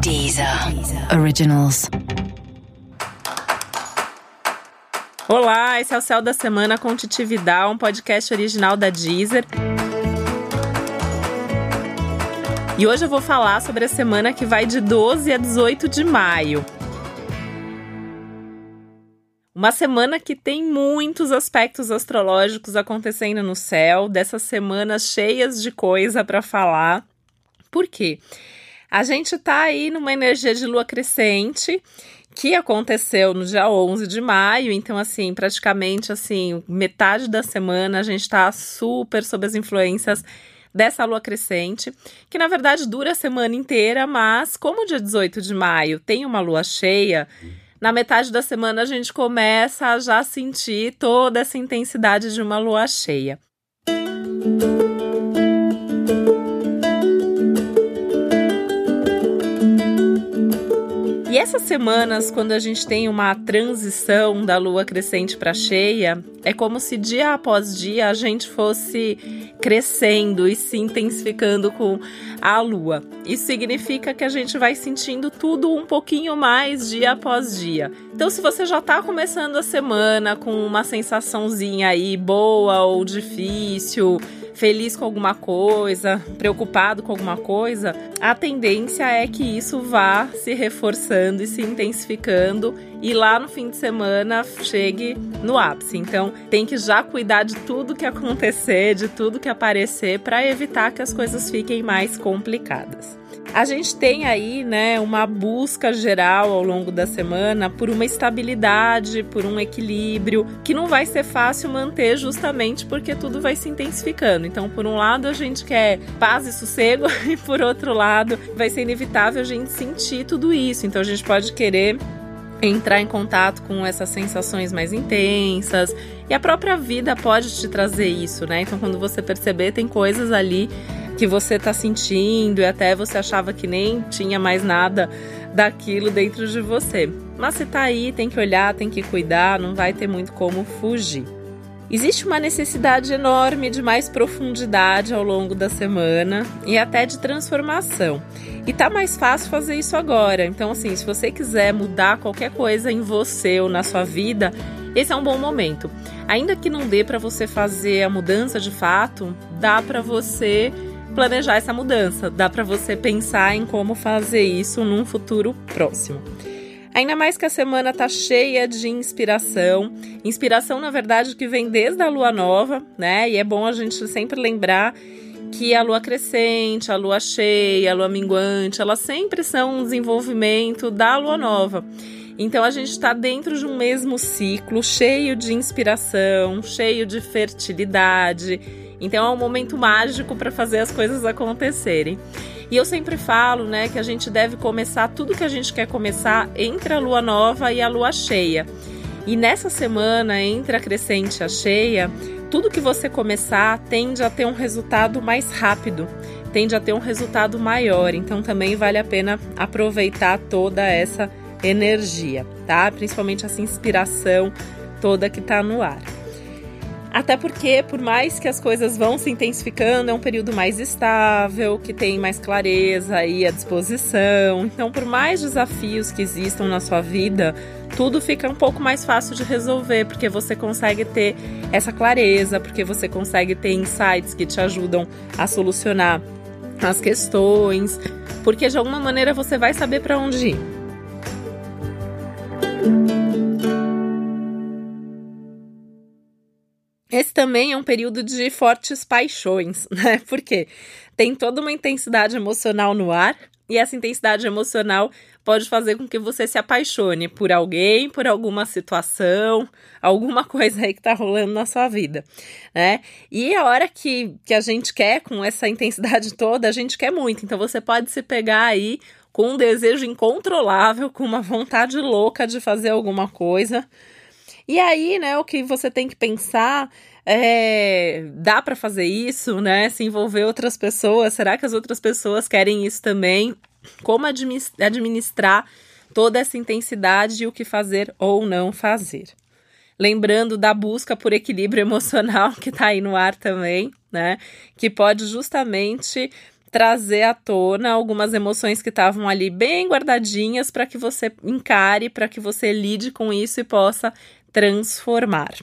Deezer Originals. Olá, esse é o Céu da Semana com Titi Vidal, um podcast original da Deezer. E hoje eu vou falar sobre a semana que vai de 12 a 18 de maio. Uma semana que tem muitos aspectos astrológicos acontecendo no céu, dessas semanas cheias de coisa para falar. Por quê? A gente tá aí numa energia de lua crescente, que aconteceu no dia 11 de maio, então assim, praticamente assim, metade da semana a gente tá super sob as influências dessa lua crescente, que na verdade dura a semana inteira, mas como o dia 18 de maio tem uma lua cheia, na metade da semana a gente começa a já sentir toda essa intensidade de uma lua cheia. E essas semanas, quando a gente tem uma transição da lua crescente para cheia, é como se dia após dia a gente fosse crescendo e se intensificando com a lua. Isso significa que a gente vai sentindo tudo um pouquinho mais dia após dia. Então, se você já está começando a semana com uma sensaçãozinha aí boa ou difícil, feliz com alguma coisa, preocupado com alguma coisa, a tendência é que isso vá se reforçando e se intensificando e lá no fim de semana chegue no ápice. Então tem que já cuidar de tudo que acontecer, de tudo que aparecer para evitar que as coisas fiquem mais complicadas. A gente tem aí, né, uma busca geral ao longo da semana por uma estabilidade, por um equilíbrio, que não vai ser fácil manter justamente porque tudo vai se intensificando. Então, por um lado, a gente quer paz e sossego e por outro lado, vai ser inevitável a gente sentir tudo isso. Então, a gente pode querer entrar em contato com essas sensações mais intensas e a própria vida pode te trazer isso, né? Então, quando você perceber, tem coisas ali que você tá sentindo e até você achava que nem tinha mais nada daquilo dentro de você. Mas se tá aí, tem que olhar, tem que cuidar, não vai ter muito como fugir. Existe uma necessidade enorme de mais profundidade ao longo da semana e até de transformação. E tá mais fácil fazer isso agora. Então, assim, se você quiser mudar qualquer coisa em você ou na sua vida, esse é um bom momento. Ainda que não dê para você fazer a mudança de fato, dá para você planejar essa mudança, dá para você pensar em como fazer isso num futuro próximo. Ainda mais que a semana tá cheia de inspiração, na verdade que vem desde a lua nova, né? E é bom a gente sempre lembrar que a lua crescente, a lua cheia, a lua minguante, elas sempre são um desenvolvimento da lua nova. Então a gente está dentro de um mesmo ciclo, cheio de inspiração, cheio de fertilidade. Então é um momento mágico para fazer as coisas acontecerem. E eu sempre falo, né, que a gente deve começar tudo que a gente quer começar entre a lua nova e a lua cheia. E nessa semana, entre a crescente e a cheia, tudo que você começar tende a ter um resultado mais rápido, tende a ter um resultado maior. Então também vale a pena aproveitar toda essa energia, tá? Principalmente essa inspiração toda que tá no ar. Até porque, por mais que as coisas vão se intensificando, é um período mais estável, que tem mais clareza aí à disposição. Então, por mais desafios que existam na sua vida, tudo fica um pouco mais fácil de resolver, porque você consegue ter essa clareza, porque você consegue ter insights que te ajudam a solucionar as questões, porque de alguma maneira você vai saber para onde ir. Esse também é um período de fortes paixões, né? Porque tem toda uma intensidade emocional no ar e essa intensidade emocional pode fazer com que você se apaixone por alguém, por alguma situação, alguma coisa aí que tá rolando na sua vida, né? E a hora que a gente quer, com essa intensidade toda, a gente quer muito. Então você pode se pegar aí com um desejo incontrolável, com uma vontade louca de fazer alguma coisa. E aí, né, o que você tem que pensar dá para fazer isso, né? Se envolver outras pessoas, será que as outras pessoas querem isso também? Como administrar toda essa intensidade e o que fazer ou não fazer? Lembrando da busca por equilíbrio emocional que está aí no ar também, né? Que pode justamente trazer à tona algumas emoções que estavam ali bem guardadinhas para que você encare, para que você lide com isso e possa transformar.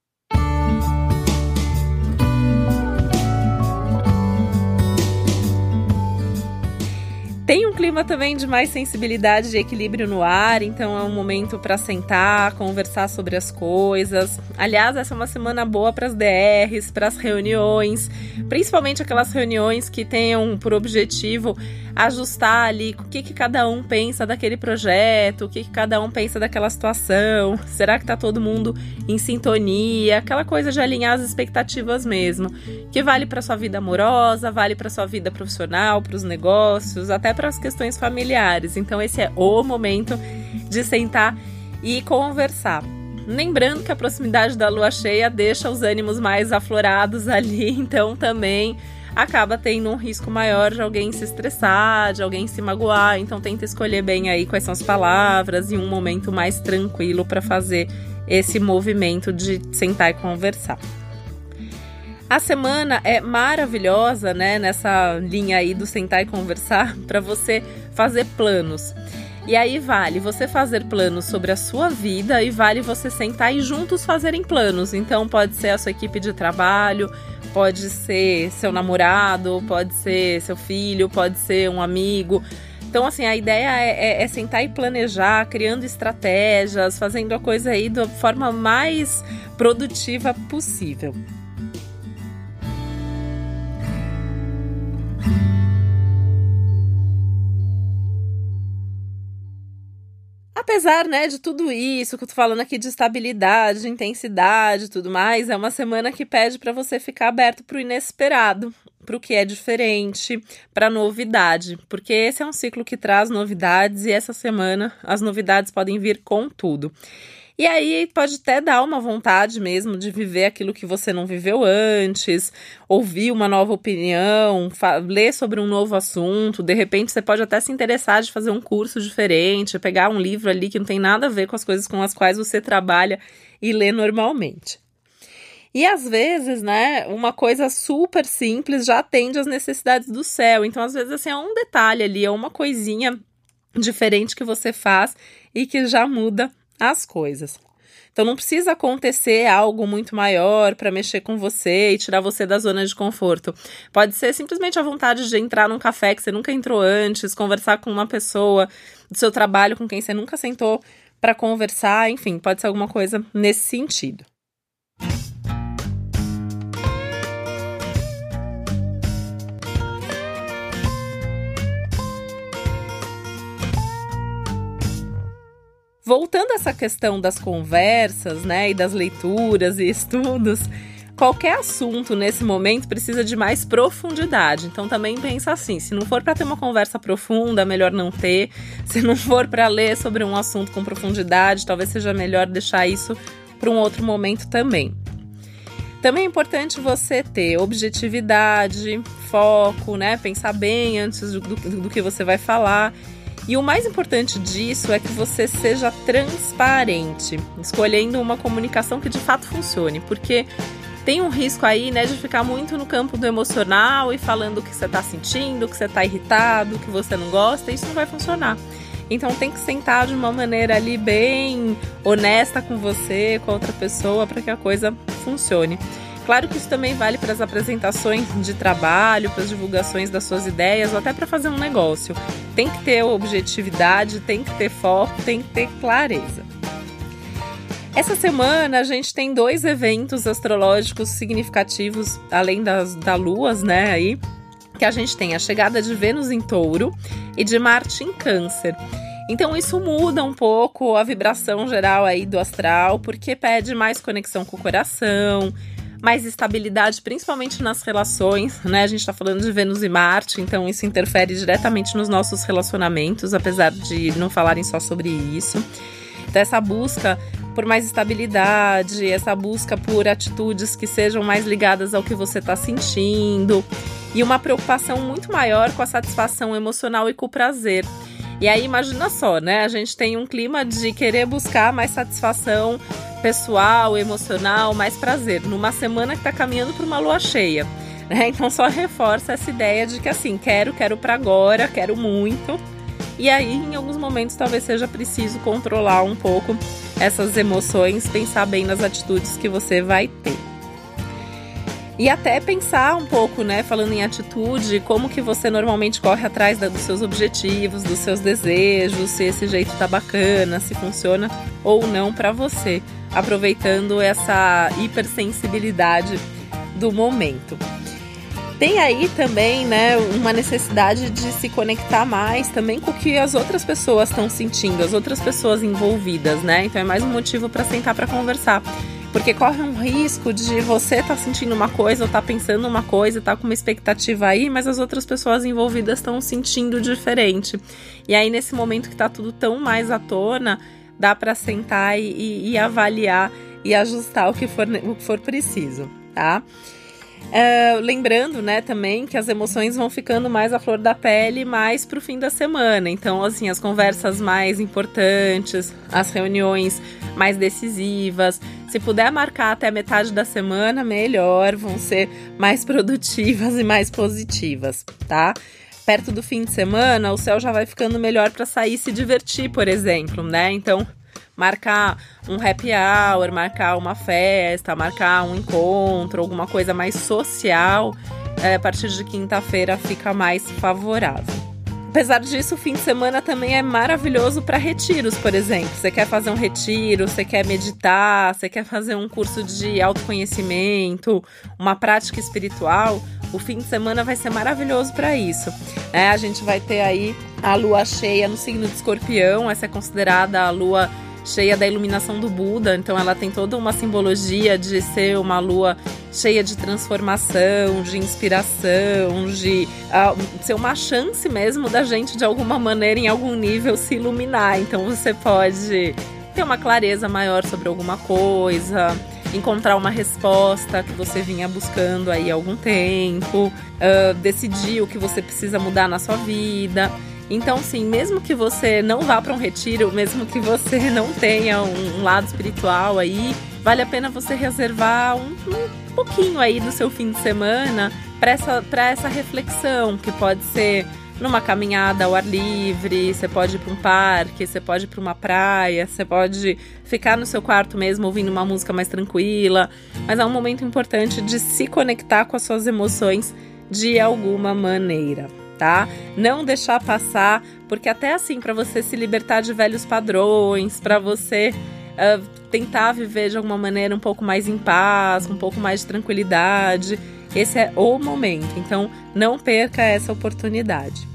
Tem um clima também de mais sensibilidade e equilíbrio no ar, então é um momento para sentar, conversar sobre as coisas. Aliás, essa é uma semana boa para as DRs, para as reuniões, principalmente aquelas reuniões que tenham por objetivo ajustar ali o que cada um pensa daquele projeto, o que cada um pensa daquela situação, será que está todo mundo em sintonia, aquela coisa de alinhar as expectativas mesmo, que vale para sua vida amorosa, vale para sua vida profissional, para os negócios, até para as questões familiares. Então esse é o momento de sentar e conversar. Lembrando que a proximidade da lua cheia deixa os ânimos mais aflorados ali, então também acaba tendo um risco maior de alguém se estressar, de alguém se magoar. Então tenta escolher bem aí quais são as palavras e um momento mais tranquilo para fazer esse movimento de sentar e conversar. A semana é maravilhosa, né, nessa linha aí do sentar e conversar, para você fazer planos. E aí vale você fazer planos sobre a sua vida e vale você sentar e juntos fazerem planos. Então pode ser a sua equipe de trabalho, pode ser seu namorado, pode ser seu filho, pode ser um amigo. Então, assim, a ideia é sentar e planejar, criando estratégias, fazendo a coisa aí da forma mais produtiva possível. Apesar, né, de tudo isso que eu tô falando aqui de estabilidade, de intensidade e tudo mais, é uma semana que pede para você ficar aberto para o inesperado, para o que é diferente, para novidade, porque esse é um ciclo que traz novidades e essa semana as novidades podem vir com tudo. E aí pode até dar uma vontade mesmo de viver aquilo que você não viveu antes, ouvir uma nova opinião, ler sobre um novo assunto. De repente você pode até se interessar de fazer um curso diferente, pegar um livro ali que não tem nada a ver com as coisas com as quais você trabalha e lê normalmente. E às vezes, né, uma coisa super simples já atende às necessidades do céu. Então, às vezes, assim, é um detalhe ali, é uma coisinha diferente que você faz e que já muda as coisas. Então não precisa acontecer algo muito maior para mexer com você e tirar você da zona de conforto. Pode ser simplesmente a vontade de entrar num café que você nunca entrou antes, conversar com uma pessoa do seu trabalho com quem você nunca sentou para conversar, enfim, pode ser alguma coisa nesse sentido. Voltando a essa questão das conversas, né, e das leituras e estudos, qualquer assunto nesse momento precisa de mais profundidade. Então também pensa assim, se não for para ter uma conversa profunda, melhor não ter. Se não for para ler sobre um assunto com profundidade, talvez seja melhor deixar isso para um outro momento também. Também é importante você ter objetividade, foco, né, pensar bem antes do que você vai falar. E o mais importante disso é que você seja transparente, escolhendo uma comunicação que de fato funcione, porque tem um risco aí, né, de ficar muito no campo do emocional e falando o que você está sentindo, que você está irritado, que você não gosta, e isso não vai funcionar. Então tem que sentar de uma maneira ali bem honesta com você, com a outra pessoa, para que a coisa funcione. Claro que isso também vale para as apresentações de trabalho, para as divulgações das suas ideias ou até para fazer um negócio. Tem que ter objetividade, tem que ter foco, tem que ter clareza. Essa semana a gente tem 2 eventos astrológicos significativos, além da Luas, né, aí, que a gente tem a chegada de Vênus em Touro e de Marte em Câncer. Então isso muda um pouco a vibração geral aí do astral, porque pede mais conexão com o coração, mais estabilidade, principalmente nas relações, né? A gente está falando de Vênus e Marte, então isso interfere diretamente nos nossos relacionamentos, apesar de não falarem só sobre isso. Então essa busca por mais estabilidade, essa busca por atitudes que sejam mais ligadas ao que você está sentindo e uma preocupação muito maior com a satisfação emocional e com o prazer. E aí imagina só, né? A gente tem um clima de querer buscar mais satisfação pessoal, emocional, mais prazer, numa semana que está caminhando para uma lua cheia. né? Então só reforça essa ideia de que assim, quero para agora, quero muito. E aí, em alguns momentos, talvez seja preciso controlar um pouco essas emoções, pensar bem nas atitudes que você vai ter. E até pensar um pouco, né, falando em atitude, como que você normalmente corre atrás dos seus objetivos, dos seus desejos, se esse jeito tá bacana, se funciona ou não para você, aproveitando essa hipersensibilidade do momento. Tem aí também, né, uma necessidade de se conectar mais também com o que as outras pessoas estão sentindo, as outras pessoas envolvidas, né? Então é mais um motivo para sentar para conversar. Porque corre um risco de você estar sentindo uma coisa ou estar pensando uma coisa, estar com uma expectativa aí, mas as outras pessoas envolvidas estão sentindo diferente. E aí nesse momento que está tudo tão mais à tona, dá para sentar e avaliar e ajustar o que for preciso, tá? Lembrando, né, também que as emoções vão ficando mais à flor da pele mais pro fim da semana. Então, assim, as conversas mais importantes, as reuniões mais decisivas, se puder marcar até metade da semana, melhor, vão ser mais produtivas e mais positivas, tá? Perto do fim de semana, o céu já vai ficando melhor para sair e se divertir, por exemplo, né? Então, marcar um happy hour, marcar uma festa, marcar um encontro, alguma coisa mais social, a partir de quinta-feira fica mais favorável. Apesar disso, o fim de semana também é maravilhoso para retiros, por exemplo. Você quer fazer um retiro, você quer meditar, você quer fazer um curso de autoconhecimento, uma prática espiritual, o fim de semana vai ser maravilhoso para isso. A gente vai ter aí a lua cheia no signo de Escorpião, essa é considerada a lua cheia da iluminação do Buda, então ela tem toda uma simbologia de ser uma lua cheia de transformação, de inspiração, de ser uma chance mesmo da gente, de alguma maneira, em algum nível, se iluminar. Então você pode ter uma clareza maior sobre alguma coisa, encontrar uma resposta que você vinha buscando aí há algum tempo, decidir o que você precisa mudar na sua vida. Então, sim, mesmo que você não vá para um retiro, mesmo que você não tenha um lado espiritual aí, vale a pena você reservar um pouquinho aí do seu fim de semana para essa reflexão, que pode ser numa caminhada ao ar livre, você pode ir para um parque, você pode ir para uma praia, você pode ficar no seu quarto mesmo ouvindo uma música mais tranquila, mas é um momento importante de se conectar com as suas emoções de alguma maneira. Tá? Não deixar passar, porque até assim, para você se libertar de velhos padrões, para você tentar viver de alguma maneira um pouco mais em paz, um pouco mais de tranquilidade, esse é o momento, então não perca essa oportunidade.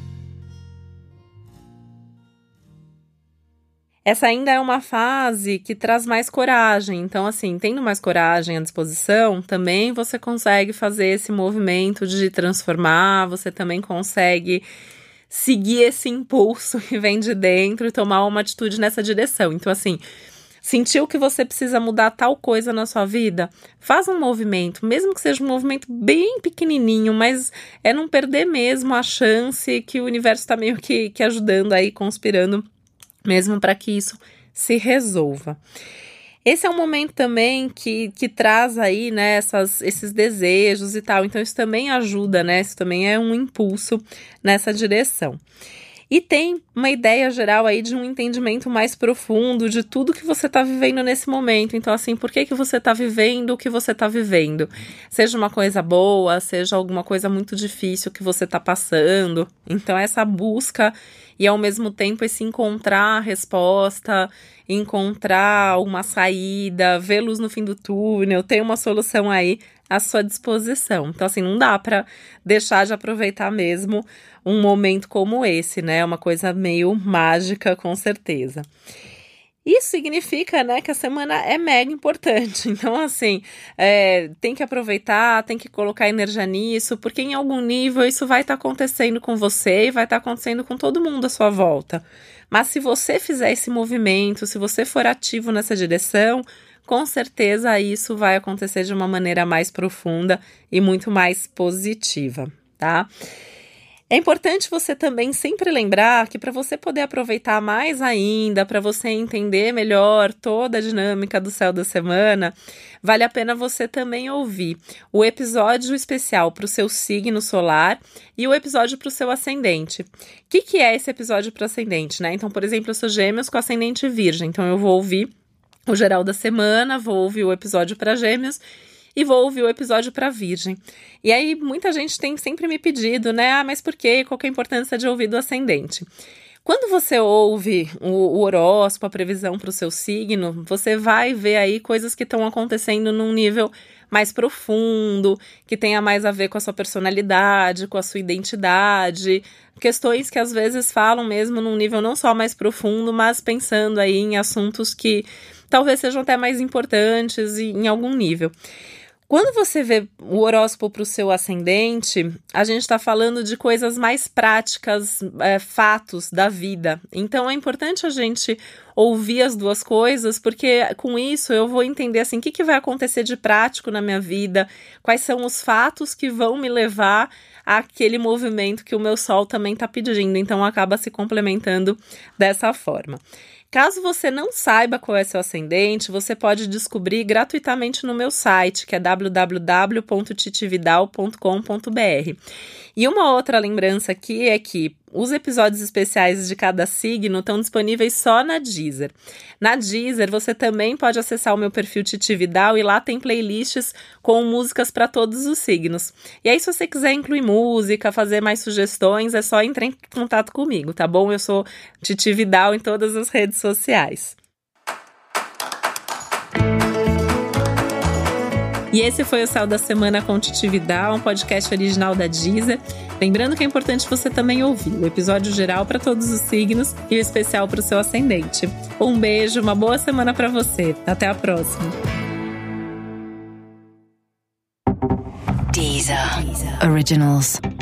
Essa ainda é uma fase que traz mais coragem, então assim, tendo mais coragem à disposição, também você consegue fazer esse movimento de transformar, você também consegue seguir esse impulso que vem de dentro e tomar uma atitude nessa direção. Então assim, sentiu que você precisa mudar tal coisa na sua vida? Faz um movimento, mesmo que seja um movimento bem pequenininho, mas é não perder mesmo a chance que o universo está meio que ajudando aí, conspirando mesmo para que isso se resolva. Esse é um momento também que traz aí, né, esses desejos e tal, então isso também ajuda, né, isso também é um impulso nessa direção. E tem uma ideia geral aí de um entendimento mais profundo de tudo que você está vivendo nesse momento. Então, assim, por que você está vivendo o que você está vivendo? Seja uma coisa boa, seja alguma coisa muito difícil que você está passando. Então, essa busca e, ao mesmo tempo, esse encontrar a resposta, encontrar uma saída, ver luz no fim do túnel, ter uma solução aí à sua disposição. Então, assim, não dá para deixar de aproveitar mesmo um momento como esse, né? Uma coisa meio mágica, com certeza. Isso significa, né, que a semana é mega importante. Então, assim, tem que aproveitar, tem que colocar energia nisso, porque em algum nível isso vai estar acontecendo com você e vai estar acontecendo com todo mundo à sua volta. Mas se você fizer esse movimento, se você for ativo nessa direção, com certeza isso vai acontecer de uma maneira mais profunda e muito mais positiva, tá? É importante você também sempre lembrar que para você poder aproveitar mais ainda, para você entender melhor toda a dinâmica do céu da semana, vale a pena você também ouvir o episódio especial para o seu signo solar e o episódio para o seu ascendente. O que é esse episódio para o ascendente, né? Então, por exemplo, eu sou Gêmeos com ascendente Virgem, então eu vou ouvir o geral da semana, vou ouvir o episódio para Gêmeos e vou ouvir o episódio para Virgem. E aí, muita gente tem sempre me pedido, né? Mas por quê? Qual que é a importância de ouvir do ascendente? Quando você ouve o horóscopo, a previsão para o seu signo, você vai ver aí coisas que estão acontecendo num nível mais profundo, que tenha mais a ver com a sua personalidade, com a sua identidade, questões que às vezes falam mesmo num nível não só mais profundo, mas pensando aí em assuntos que talvez sejam até mais importantes em algum nível. Quando você vê o horóscopo para o seu ascendente, a gente está falando de coisas mais práticas, fatos da vida. Então é importante a gente ouvir as duas coisas, porque com isso eu vou entender assim, o que vai acontecer de prático na minha vida, quais são os fatos que vão me levar àquele movimento que o meu sol também está pedindo. Então acaba se complementando dessa forma. Caso você não saiba qual é seu ascendente, você pode descobrir gratuitamente no meu site, que é www.titividal.com.br. E uma outra lembrança aqui é que os episódios especiais de cada signo estão disponíveis só na Deezer. Na Deezer, você também pode acessar o meu perfil Titi Vidal e lá tem playlists com músicas para todos os signos. E aí, se você quiser incluir música, fazer mais sugestões, é só entrar em contato comigo, tá bom? Eu sou Titi Vidal em todas as redes sociais. E esse foi o Céu da Semana com Titi Vidal, um podcast original da Deezer. Lembrando que é importante você também ouvir o episódio geral para todos os signos e o especial para o seu ascendente. Um beijo, uma boa semana para você. Até a próxima. Deezer Originals.